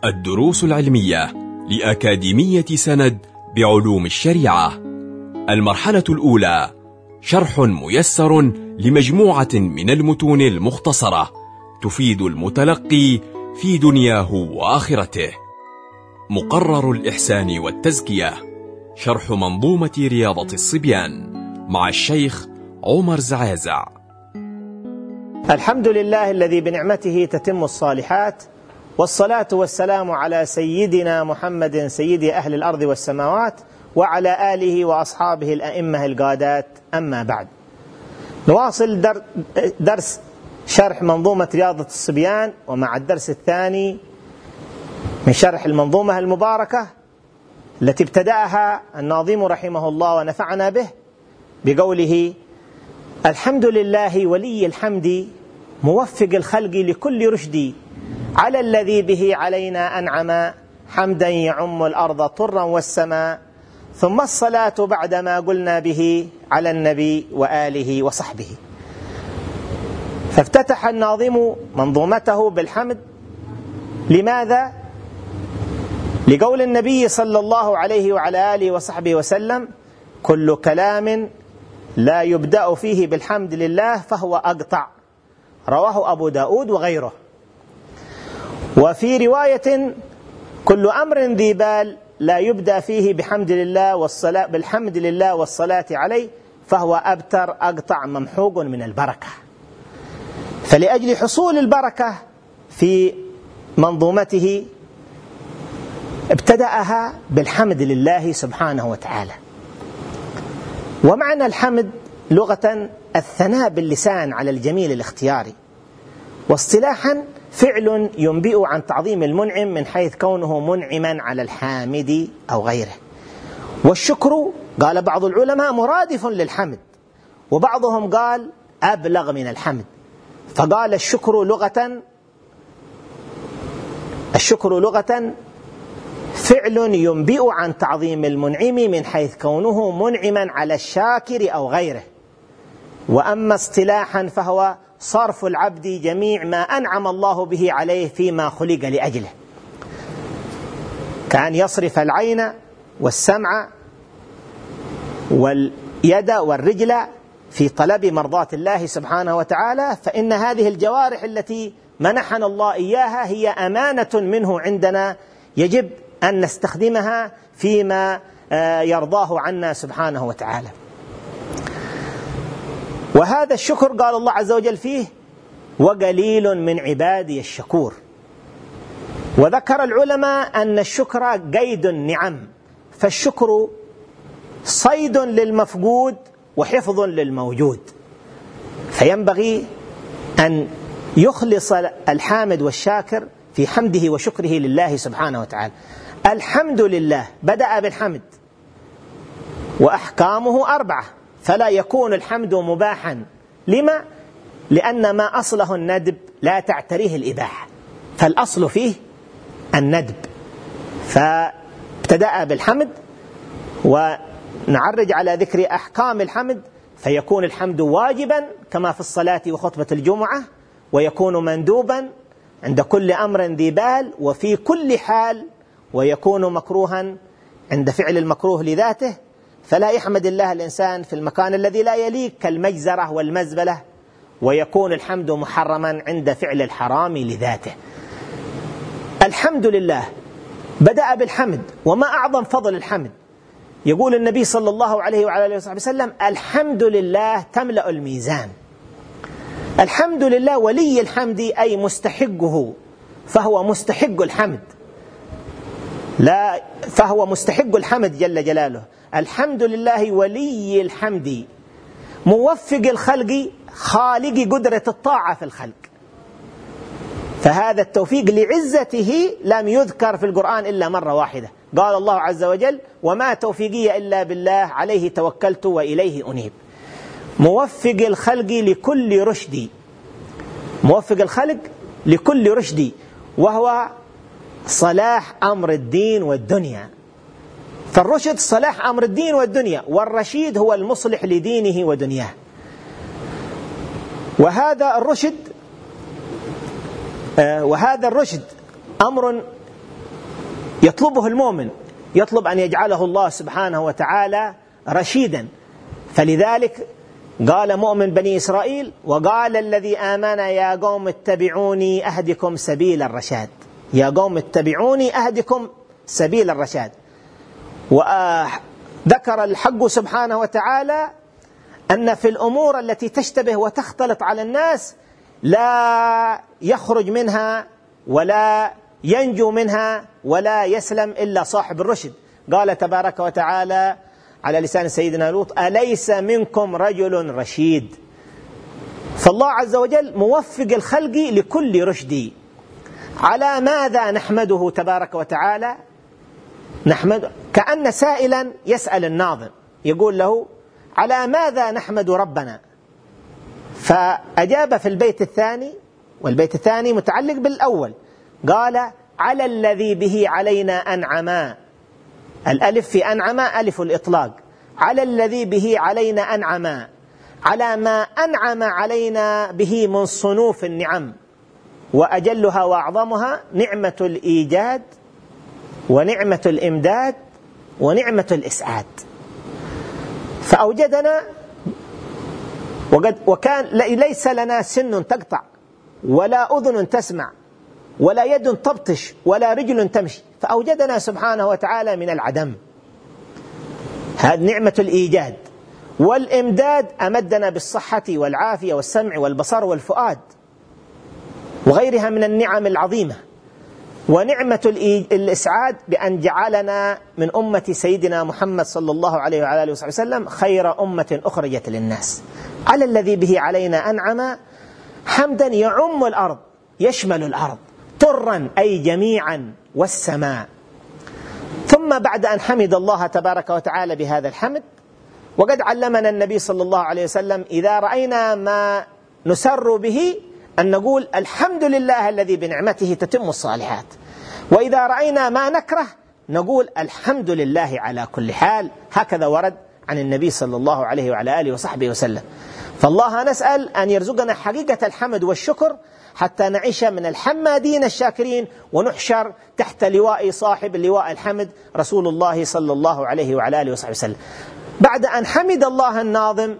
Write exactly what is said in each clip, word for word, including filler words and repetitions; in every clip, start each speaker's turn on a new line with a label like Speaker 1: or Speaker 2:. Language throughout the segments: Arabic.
Speaker 1: الدروس العلمية لأكاديمية سند بعلوم الشريعة. المرحلة الأولى: شرح ميسر لمجموعة من المتون المختصرة تفيد المتلقي في دنياه وآخرته. مقرر الإحسان والتزكية، شرح منظومة رياضة الصبيان مع الشيخ عمر زعازع.
Speaker 2: الحمد لله الذي بنعمته تتم الصالحات، والصلاة والسلام على سيدنا محمد سيد أهل الأرض والسماوات وعلى آله وأصحابه الأئمة القادات. أما بعد، نواصل در درس شرح منظومة رياضة الصبيان، ومع الدرس الثاني من شرح المنظومة المباركة التي ابتدأها الناظم رحمه الله ونفعنا به بقوله: الحمد لله ولي الحمد موفق الخلق لكل رشد، على الذي به علينا أنعم، حمدا يعم الأرض طرا والسماء، ثم الصلاة بعدما قلنا به على النبي وآله وصحبه. فافتتح الناظم منظومته بالحمد. لماذا؟ لقول النبي صلى الله عليه وعلى آله وصحبه وسلم: كل كلام لا يبدأ فيه بالحمد لله فهو أقطع، رواه أبو داود وغيره. وفي رواية: كل أمر ذي بال لا يبدأ فيه بحمد لله والصلاة بالحمد لله والصلاة عليه فهو أبتر أقطع ممحوق من البركة. فلأجل حصول البركة في منظومته ابتدأها بالحمد لله سبحانه وتعالى. ومعنى الحمد لغة الثناء باللسان على الجميل الاختياري، واصطلاحا فعل ينبئ عن تعظيم المنعم من حيث كونه منعما على الحامد أو غيره. والشكر قال بعض العلماء مرادف للحمد، وبعضهم قال أبلغ من الحمد، فقال الشكر لغة الشكر لغة فعل ينبئ عن تعظيم المنعم من حيث كونه منعما على الشاكر أو غيره. وأما اصطلاحا فهو صرف العبد جميع ما أنعم الله به عليه فيما خلق لأجله، كأن يصرف العين والسمع واليد والرجل في طلب مرضات الله سبحانه وتعالى. فإن هذه الجوارح التي منحنا الله إياها هي أمانة منه عندنا، يجب أن نستخدمها فيما يرضاه عنا سبحانه وتعالى. وهذا الشكر قال الله عز وجل فيه: وقليل من عبادي الشكور. وذكر العلماء أن الشكر قيد النعم، فالشكر صيد للمفقود وحفظ للموجود، فينبغي أن يخلص الحامد والشاكر في حمده وشكره لله سبحانه وتعالى. الحمد لله بدأ بالحمد، وأحكامه أربعة، فلا يكون الحمد مباحا. لما؟ لأن ما أصله الندب لا تعتريه الإباحة، فالأصل فيه الندب. فابتدأ بالحمد، ونعرج على ذكر أحكام الحمد، فيكون الحمد واجبا كما في الصلاة وخطبة الجمعة، ويكون مندوبا عند كل أمر ذي بال وفي كل حال، ويكون مكروها عند فعل المكروه لذاته، فلا يحمد الله الإنسان في المكان الذي لا يليق كالمجزرة والمزبلة، ويكون الحمد محرما عند فعل الحرام لذاته. الحمد لله بدأ بالحمد. وما أعظم فضل الحمد؟ يقول النبي صلى الله عليه وعلى آله وصحبه وسلم: الحمد لله تملأ الميزان. الحمد لله ولي الحمد أي مستحقه، فهو مستحق الحمد، لا فهو مستحق الحمد جل جلاله. الحمد لله ولي الحمد موفق الخلق، خالق قدرة الطاعة في الخلق. فهذا التوفيق لعزته لم يذكر في القرآن إلا مرة واحدة. قال الله عز وجل: وما توفيقي إلا بالله عليه توكلت وإليه أنيب. موفق الخلق لكل رشد، موفق الخلق لكل رشد، وهو صلاح أمر الدين والدنيا. فالرشد صلاح أمر الدين والدنيا، والرشيد هو المصلح لدينه ودنياه. وهذا الرشد وهذا الرشد أمر يطلبه المؤمن، يطلب أن يجعله الله سبحانه وتعالى رشيدا. فلذلك قال مؤمن بني إسرائيل: وقال الذي آمن يا قوم اتبعوني أهدكم سبيل الرشاد. يا قوم اتبعوني أهدكم سبيل الرشاد. وذكر الحق سبحانه وتعالى أن في الأمور التي تشتبه وتختلط على الناس لا يخرج منها ولا ينجو منها ولا يسلم إلا صاحب الرشد. قال تبارك وتعالى على لسان سيدنا لوط: أليس منكم رجل رشيد. فالله عز وجل موفق الخلق لكل رشد. على ماذا نحمده تبارك وتعالى؟ نحمد كأن سائلا يسأل الناظم يقول له: على ماذا نحمد ربنا؟ فأجاب في البيت الثاني، والبيت الثاني متعلق بالأول، قال: على الذي به علينا أنعما. الألف في أنعما ألف الإطلاق. على الذي به علينا أنعما، على ما أنعم علينا به من صنوف النعم، وأجلها وأعظمها نعمة الإيجاد ونعمة الإمداد ونعمة الإسعاد. فأوجدنا وقد وكان ليس لنا سن تقطع ولا أذن تسمع ولا يد تبطش ولا رجل تمشي، فأوجدنا سبحانه وتعالى من العدم. هذه نعمة الإيجاد. والإمداد أمدنا بالصحة والعافية والسمع والبصر والفؤاد وغيرها من النعم العظيمة. ونعمة الإسعاد بأن جعلنا من أمة سيدنا محمد صلى الله عليه وعلى آله وسلم خير أمة أخرجت للناس. على الذي به علينا أنعم حمدا يعم الأرض يشمل الأرض طرا أي جميعا والسماء. ثم بعد أن حمد الله تبارك وتعالى بهذا الحمد، وقد علمنا النبي صلى الله عليه وسلم إذا رأينا ما نسر به أن نقول الحمد لله الذي بنعمته تتم الصالحات، وإذا رأينا ما نكره نقول الحمد لله على كل حال. هكذا ورد عن النبي صلى الله عليه وعلى آله وصحبه وسلم. فالله نسأل أن يرزقنا حقيقة الحمد والشكر حتى نعيش من الحمادين الشاكرين، ونحشر تحت لواء صاحب اللواء الحمد رسول الله صلى الله عليه وعلى آله وصحبه وسلم. بعد أن حمد الله الناظم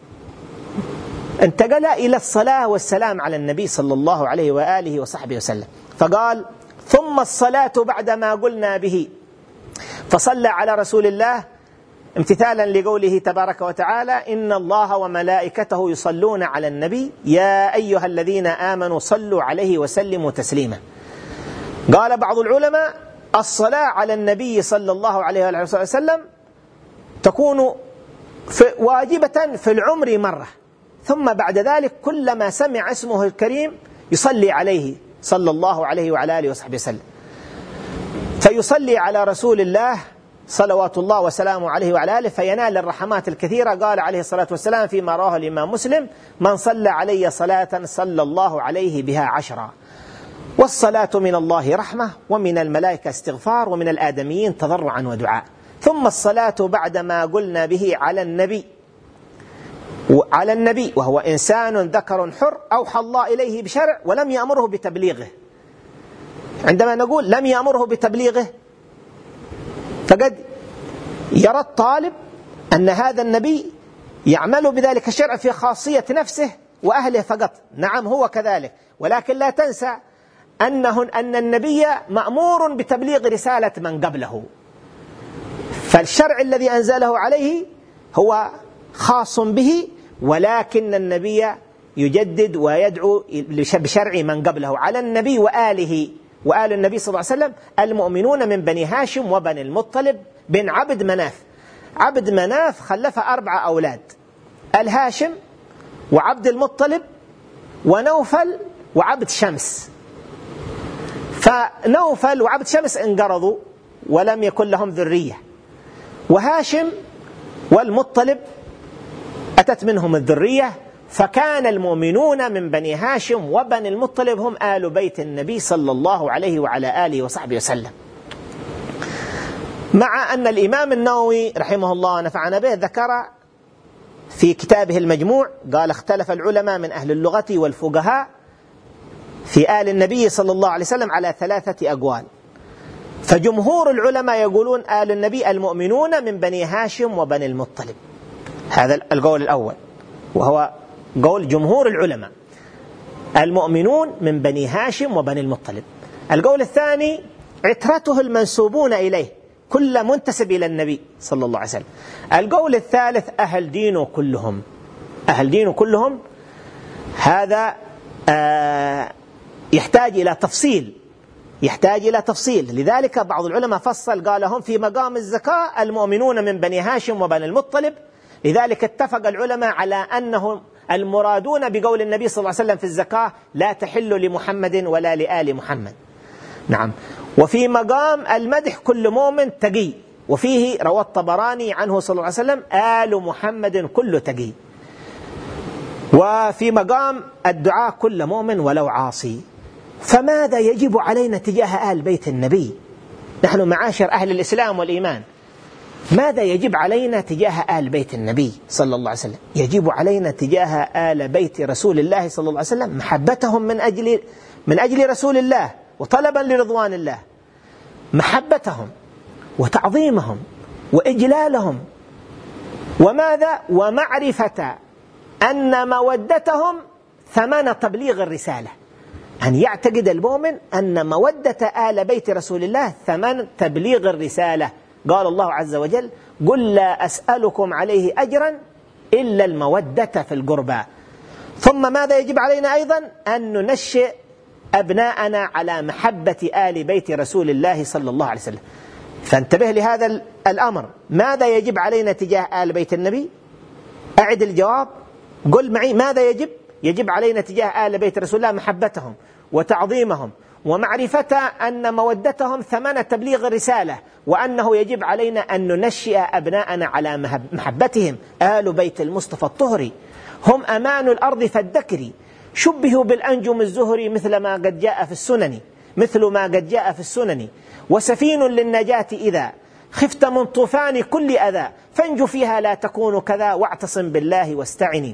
Speaker 2: انتقل إلى الصلاة والسلام على النبي صلى الله عليه وآله وصحبه وسلم، فقال: ثم الصلاة بعد ما قلنا به. فصلى على رسول الله امتثالا لقوله تبارك وتعالى: إن الله وملائكته يصلون على النبي يا أيها الذين آمنوا صلوا عليه وسلموا تسليما. قال بعض العلماء: الصلاة على النبي صلى الله عليه وآله وسلم تكون واجبة في العمر مرة، ثم بعد ذلك كلما سمع اسمه الكريم يصلي عليه صلى الله عليه وعلى آله وصحبه وسلم، فيصلي على رسول الله صلوات الله وسلامه عليه وعلى آله فينال الرحمات الكثيرة. قال عليه الصلاة والسلام فيما رواه الإمام مسلم: من صلى علي صلاة صلى الله عليه بها عشرا. والصلاة من الله رحمة، ومن الملائكة استغفار، ومن الآدميين تضرعا ودعاء. ثم الصلاة بعد ما قلنا به على النبي على النبي وهو إنسان ذكر حر أوحى الله إليه بشرع ولم يأمره بتبليغه. عندما نقول لم يأمره بتبليغه فقد يرى الطالب أن هذا النبي يعمل بذلك الشرع في خاصية نفسه وأهله فقط. نعم هو كذلك، ولكن لا تنسى أنه أن النبي مأمور بتبليغ رسالة من قبله، فالشرع الذي أنزله عليه هو خاص به، ولكن النبي يجدد ويدعو بشرع من قبله. على النبي وآله وآل النبي صلى الله عليه وسلم المؤمنون من بني هاشم وبني المطلب بن عبد مناف. عبد مناف خلف أربع أولاد: الهاشم وعبد المطلب ونوفل وعبد شمس. فنوفل وعبد شمس انقرضوا ولم يكن لهم ذرية، وهاشم والمطلب أتت منهم الذرية، فكان المؤمنون من بني هاشم وبني المطلب هم آل بيت النبي صلى الله عليه وعلى آله وصحبه وسلم. مع أن الإمام النووي رحمه الله نفعنا به ذكر في كتابه المجموع قال: اختلف العلماء من أهل اللغة والفقهاء في آل النبي صلى الله عليه وسلم على ثلاثة أقوال. فجمهور العلماء يقولون آل النبي المؤمنون من بني هاشم وبني المطلب، هذا القول الأول وهو قول جمهور العلماء، المؤمنون من بني هاشم وبني المطلب. القول الثاني عترته المنسوبون إليه، كل منتسب إلى النبي صلى الله عليه وسلم. القول الثالث أهل دينه كلهم، أهل دينه كلهم. هذا آه يحتاج إلى تفصيل، يحتاج إلى تفصيل. لذلك بعض العلماء فصل قال هم في مقام الزكاة المؤمنون من بني هاشم وبني المطلب. لذلك اتفق العلماء على أنهم المرادون بقول النبي صلى الله عليه وسلم في الزكاة لا تحل لمحمد ولا لآل محمد. نعم. وفي مقام المدح كل مؤمن تقي، وفيه روى الطبراني عنه صلى الله عليه وسلم آل محمد كل تقي. وفي مقام الدعاء كل مؤمن ولو عاصي. فماذا يجب علينا تجاه آل بيت النبي نحن معاشر أهل الإسلام والإيمان؟ ماذا يجب علينا تجاه آل بيت النبي صلى الله عليه وسلم؟ يجب علينا تجاه آل بيت رسول الله صلى الله عليه وسلم محبتهم من أجل من أجل رسول الله وطلبا لرضوان الله، محبتهم وتعظيمهم وإجلالهم، وماذا؟ ومعرفة أن مودتهم ثمن تبليغ الرسالة. أن يعتقد المؤمن أن مودة آل بيت رسول الله ثمن تبليغ الرسالة. قال الله عز وجل قل لا أسألكم عليه أجرا إلا المودة في القربى. ثم ماذا يجب علينا أيضا؟ أن ننشئ أبناءنا على محبة آل بيت رسول الله صلى الله عليه وسلم. فانتبه لهذا الأمر. ماذا يجب علينا تجاه آل بيت النبي؟ أعد الجواب، قل معي ماذا يجب؟ يجب علينا تجاه آل بيت رسول الله محبتهم وتعظيمهم ومعرفة أن مودتهم ثمن تبليغ الرسالة، وأنه يجب علينا أن ننشئ أبناءنا على محبتهم. آل بيت المصطفى الطهري هم أمان الأرض فالذكري، شبهوا بالأنجم الزهري مثل ما قد جاء في السنن مثل ما قد جاء في السنن وسفين للنجاة إذا خفت من طوفان كل أذى فانجو فيها لا تكون كذا واعتصم بالله واستعني.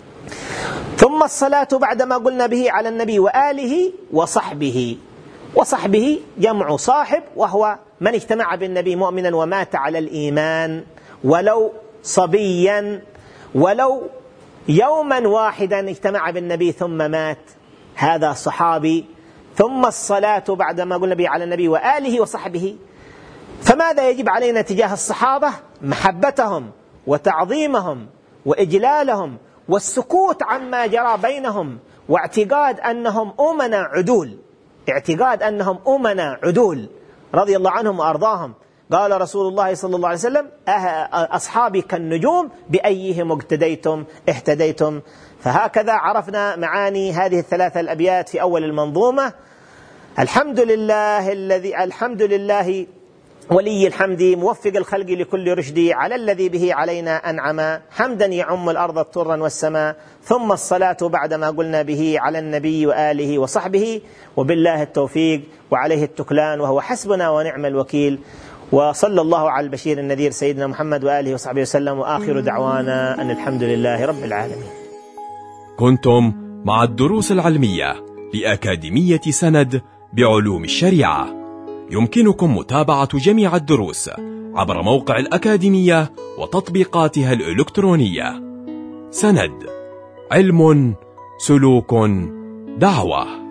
Speaker 2: ثم الصلاة بعدما قلنا به على النبي وآله وصحبه. وصحبه جمع صاحب، وهو من اجتمع بالنبي مؤمنا ومات على الإيمان ولو صبيا ولو يوما واحدا اجتمع بالنبي ثم مات، هذا صحابي. ثم الصلاة بعدما قلنا به على النبي وآله وصحبه. فماذا يجب علينا تجاه الصحابة؟ محبتهم وتعظيمهم وإجلالهم والسكوت عما جرى بينهم، واعتقاد أنهم أمنا عدول، اعتقاد أنهم أمنا عدول رضي الله عنهم وأرضاهم. قال رسول الله صلى الله عليه وسلم أصحابي كالنجوم بأيهم اقتديتم اهتديتم. فهكذا عرفنا معاني هذه الثلاثة الأبيات في أول المنظومة. الحمد لله الذي الحمد لله ولي الحمد موفق الخلق لكل رشد على الذي به علينا أنعما حمدا يعم الأرض طرا والسماء. ثم الصلاة بعدما قلنا به على النبي وآله وصحبه، وبالله التوفيق وعليه التكلان وهو حسبنا ونعم الوكيل. وصلى الله على البشير النذير سيدنا محمد وآله وصحبه وسلم، وآخر دعوانا أن الحمد لله رب العالمين.
Speaker 1: كنتم مع الدروس العلمية لأكاديمية سند بعلوم الشريعة. يمكنكم متابعة جميع الدروس عبر موقع الأكاديمية وتطبيقاتها الإلكترونية. سند، علم، سلوك، دعوة.